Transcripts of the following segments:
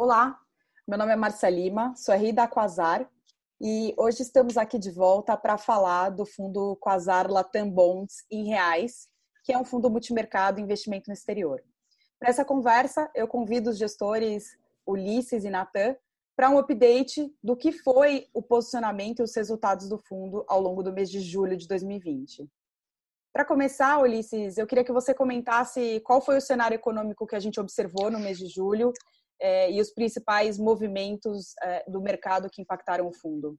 Olá, meu nome é Marcia Lima, sou RI da Quasar e hoje estamos aqui de volta para falar do fundo Quasar Latam Bonds em reais, que é um fundo multimercado e investimento no exterior. Para essa conversa, eu convido os gestores Ulisses e Natan para um update do que foi o posicionamento e os resultados do fundo ao longo do mês de julho de 2020. Para começar, Ulisses, eu queria que você comentasse qual foi o cenário econômico que a gente observou no mês de julho e os principais movimentos do mercado que impactaram o fundo.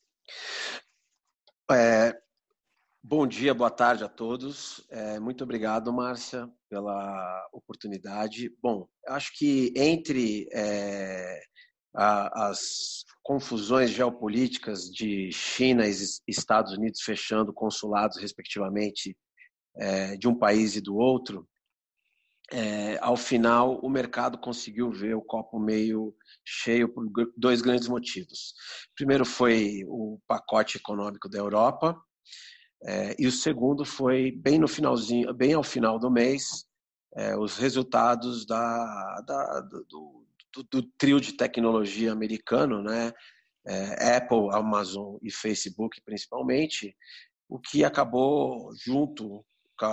Bom dia, boa tarde a todos. Muito obrigado, Márcia, pela oportunidade. Bom, acho que entre as confusões geopolíticas de China e Estados Unidos fechando consulados, respectivamente, de um país e do outro, ao final o mercado conseguiu ver o copo meio cheio por dois grandes motivos. Primeiro foi o pacote econômico da Europa, e o segundo foi bem no finalzinho, bem ao final do mês, os resultados do trio de tecnologia americano, né? Apple, Amazon e Facebook principalmente, o que acabou junto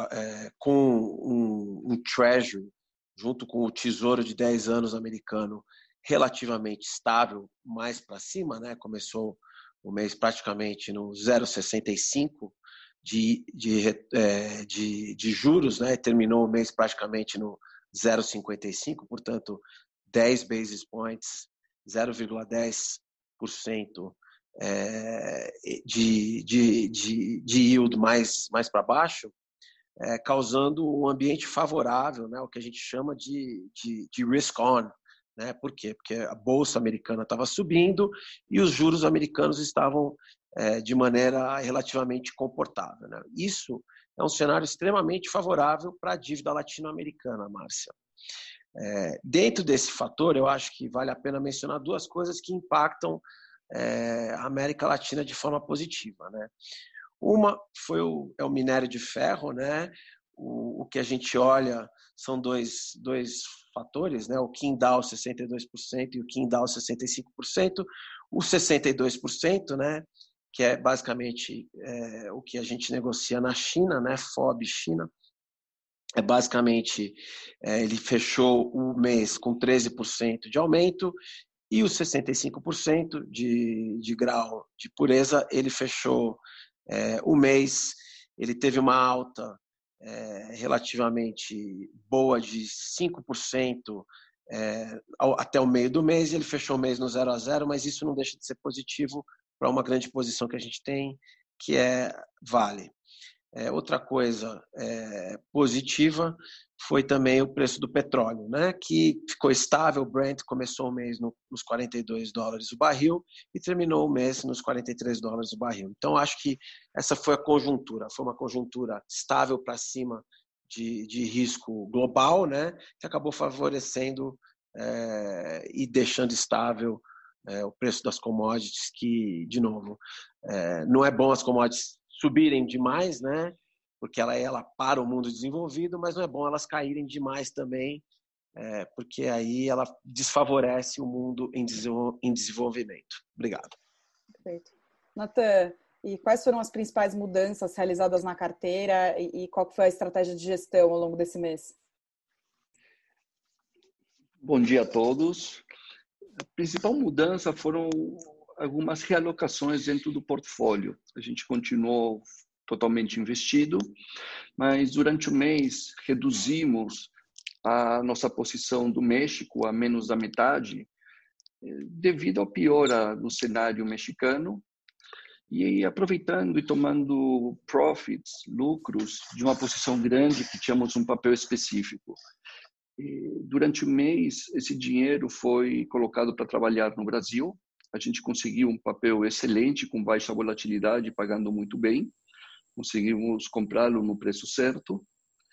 com um treasury, junto com o tesouro de 10 anos americano relativamente estável, mais para cima, né? Começou o mês praticamente no 0,65 de juros, né? Terminou o mês praticamente no 0,55, portanto 10 basis points, 0,10% de yield mais para baixo, causando um ambiente favorável, né, o que a gente chama de risk-on. Né? Por quê? Porque a bolsa americana estava subindo e os juros americanos estavam de maneira relativamente comportável. Né? Isso é um cenário extremamente favorável para a dívida latino-americana, Márcia. Dentro desse fator, eu acho que vale a pena mencionar duas coisas que impactam a América Latina de forma positiva. Né? Uma foi o minério de ferro, né? O que a gente olha são dois fatores, né? O Qingdao 62% e o Qingdao 65%. O 62%, né? Que é basicamente o que a gente negocia na China, né? FOB China. Basicamente, ele fechou o mês com 13% de aumento e os 65% de grau de pureza, ele fechou o mês, ele teve uma alta relativamente boa de 5% até o meio do mês, e ele fechou o mês no 0 a 0, mas isso não deixa de ser positivo para uma grande posição que a gente tem, que é Vale. Outra coisa positiva foi também o preço do petróleo, né, que ficou estável. O Brent começou o mês nos $42 o barril e terminou o mês nos $43 o barril. Então, acho que essa foi a conjuntura. Foi uma conjuntura estável para cima de risco global, né, que acabou favorecendo e deixando estável o preço das commodities, que, de novo, não é bom as commodities subirem demais, né? Porque ela para o mundo desenvolvido, mas não é bom elas caírem demais também, porque aí ela desfavorece o mundo em desenvolvimento. Obrigado. Perfeito. Natan, e quais foram as principais mudanças realizadas na carteira e qual foi a estratégia de gestão ao longo desse mês? Bom dia a todos. A principal mudança foram algumas realocações dentro do portfólio. A gente continuou totalmente investido, mas durante o mês reduzimos a nossa posição do México a menos da metade, devido à piora do cenário mexicano, e aproveitando e tomando profits, lucros, de uma posição grande que tínhamos um papel específico. Durante o mês, esse dinheiro foi colocado para trabalhar no Brasil. A gente conseguiu um papel excelente, com baixa volatilidade, pagando muito bem. Conseguimos comprá-lo no preço certo.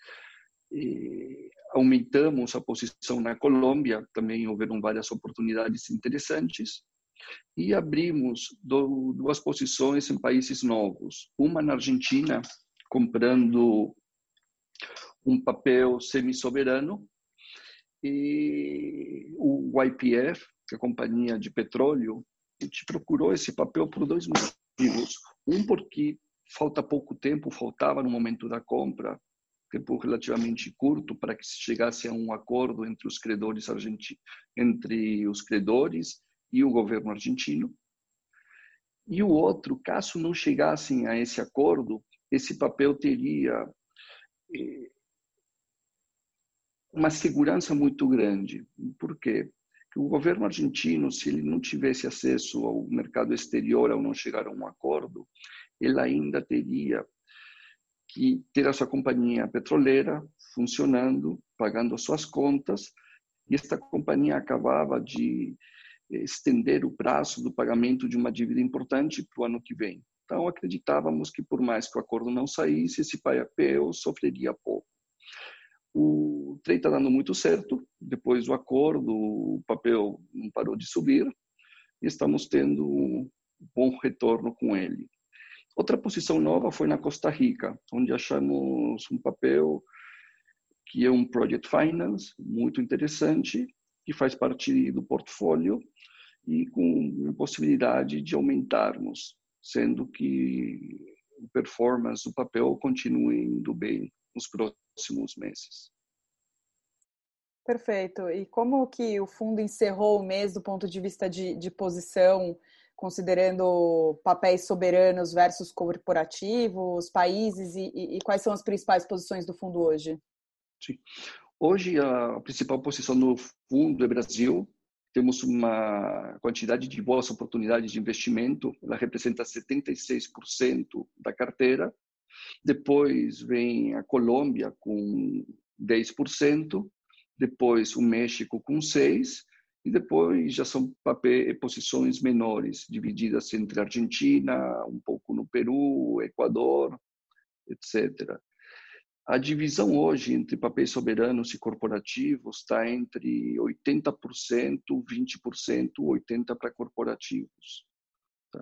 Aumentamos a posição na Colômbia, também houveram várias oportunidades interessantes. E abrimos duas posições em países novos. Uma na Argentina, comprando um papel semi-soberano, e o YPF, que a companhia de petróleo, a gente procurou esse papel por dois motivos. Um, porque faltava no momento da compra, tempo relativamente curto para que se chegasse a um acordo entre os credores e o governo argentino. E o outro, caso não chegassem a esse acordo, esse papel teria uma segurança muito grande. Por quê? Porque o governo argentino, se ele não tivesse acesso ao mercado exterior ao não chegar a um acordo, ele ainda teria que ter a sua companhia petroleira funcionando, pagando as suas contas, e esta companhia acabava de estender o prazo do pagamento de uma dívida importante para o ano que vem. Então, acreditávamos que, por mais que o acordo não saísse, esse papel sofreria pouco. O trem está dando muito certo. Depois do acordo, o papel não parou de subir e estamos tendo um bom retorno com ele. Outra posição nova foi na Costa Rica, onde achamos um papel que é um Project Finance muito interessante, que faz parte do portfólio e com possibilidade de aumentarmos, sendo que a performance do papel continue indo bem nos próximos meses. Perfeito. E como que o fundo encerrou o mês do ponto de vista de posição, considerando papéis soberanos versus corporativos, países e quais são as principais posições do fundo hoje? Sim. Hoje, a principal posição do fundo é Brasil. Temos uma quantidade de boas oportunidades de investimento. Ela representa 76% da carteira. Depois vem a Colômbia com 10%. Depois o México com 6%. E depois já são posições menores, divididas entre Argentina, um pouco no Peru, Equador, etc. A divisão hoje entre papéis soberanos e corporativos está entre 80%, 20%, 80% para corporativos. Tá?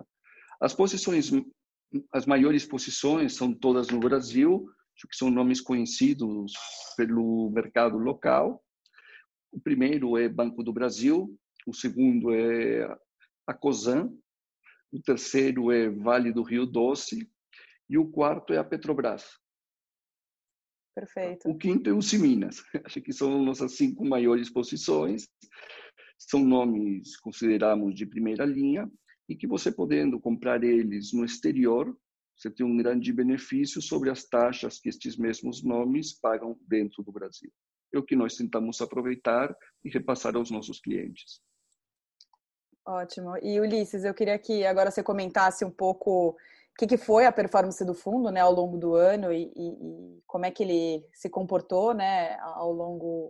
As maiores posições são todas no Brasil, que são nomes conhecidos pelo mercado local. O primeiro é Banco do Brasil, o segundo é a Cosan, o terceiro é Vale do Rio Doce e o quarto é a Petrobras. Perfeito. O quinto é o Usiminas. Acho que são nossas 5 maiores posições. São nomes, consideramos, de primeira linha e que você podendo comprar eles no exterior, você tem um grande benefício sobre as taxas que estes mesmos nomes pagam dentro do Brasil. É o que nós tentamos aproveitar e repassar aos nossos clientes. Ótimo. E Ulisses, eu queria que agora você comentasse um pouco o que foi a performance do fundo, né, ao longo do ano e como é que ele se comportou, né, ao longo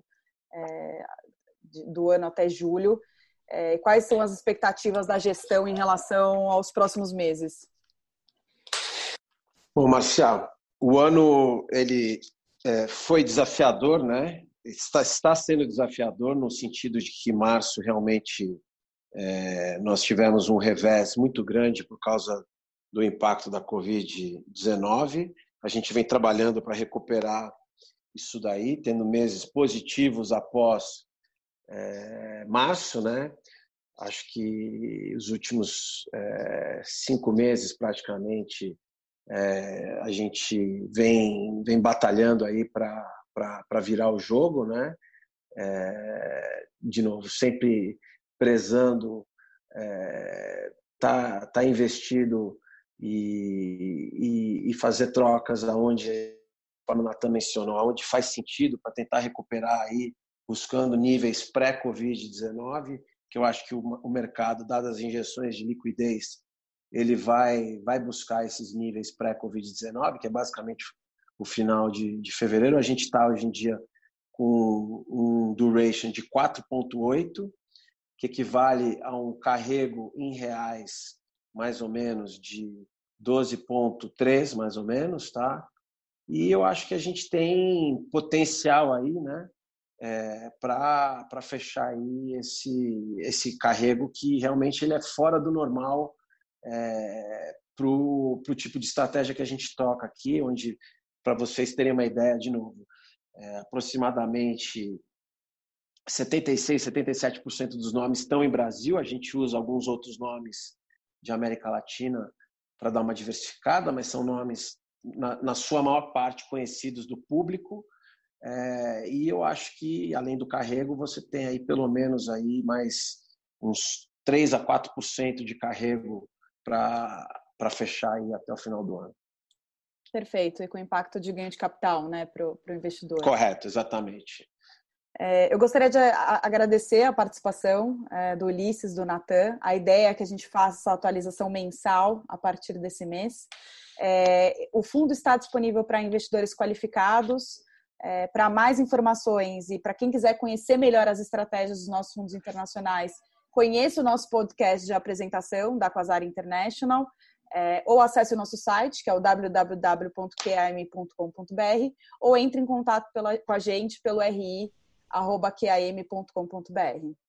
do ano até julho. Quais são as expectativas da gestão em relação aos próximos meses? Bom, Marcial, o ano ele foi desafiador, né? Está sendo desafiador no sentido de que em março realmente nós tivemos um revés muito grande por causa do impacto da Covid-19. A gente vem trabalhando para recuperar isso daí, tendo meses positivos após março, né? Acho que os últimos 5 meses praticamente a gente vem batalhando aí para virar o jogo, né? De novo, sempre prezando tá investido e fazer trocas aonde, como o Natan mencionou, aonde faz sentido para tentar recuperar aí, buscando níveis pré-Covid-19, que eu acho que o mercado, dadas as injeções de liquidez, ele vai buscar esses níveis pré-Covid-19, que é basicamente o final de fevereiro. A gente está hoje em dia com um duration de 4,8, que equivale a um carrego em reais mais ou menos de 12,3, mais ou menos, tá? E eu acho que a gente tem potencial aí, né, para fechar aí esse carrego que realmente ele é fora do normal pro tipo de estratégia que a gente toca aqui, onde, para vocês terem uma ideia, de novo, aproximadamente 76%, 77% dos nomes estão em Brasil. A gente usa alguns outros nomes de América Latina para dar uma diversificada, mas são nomes, na sua maior parte, conhecidos do público. E eu acho que, além do carrego, você tem aí pelo menos aí mais uns 3 a 4% de carrego para fechar aí até o final do ano. Perfeito, e com impacto de ganho de capital, né, para o investidor. Correto, exatamente. Eu gostaria de agradecer a participação do Ulisses, do Natan. A ideia é que a gente faça essa atualização mensal a partir desse mês. O fundo está disponível para investidores qualificados. Para mais informações e para quem quiser conhecer melhor as estratégias dos nossos fundos internacionais, conheça o nosso podcast de apresentação da Quasar International, ou acesse o nosso site, que é o www.qam.com.br, ou entre em contato com a gente pelo ri@qam.com.br.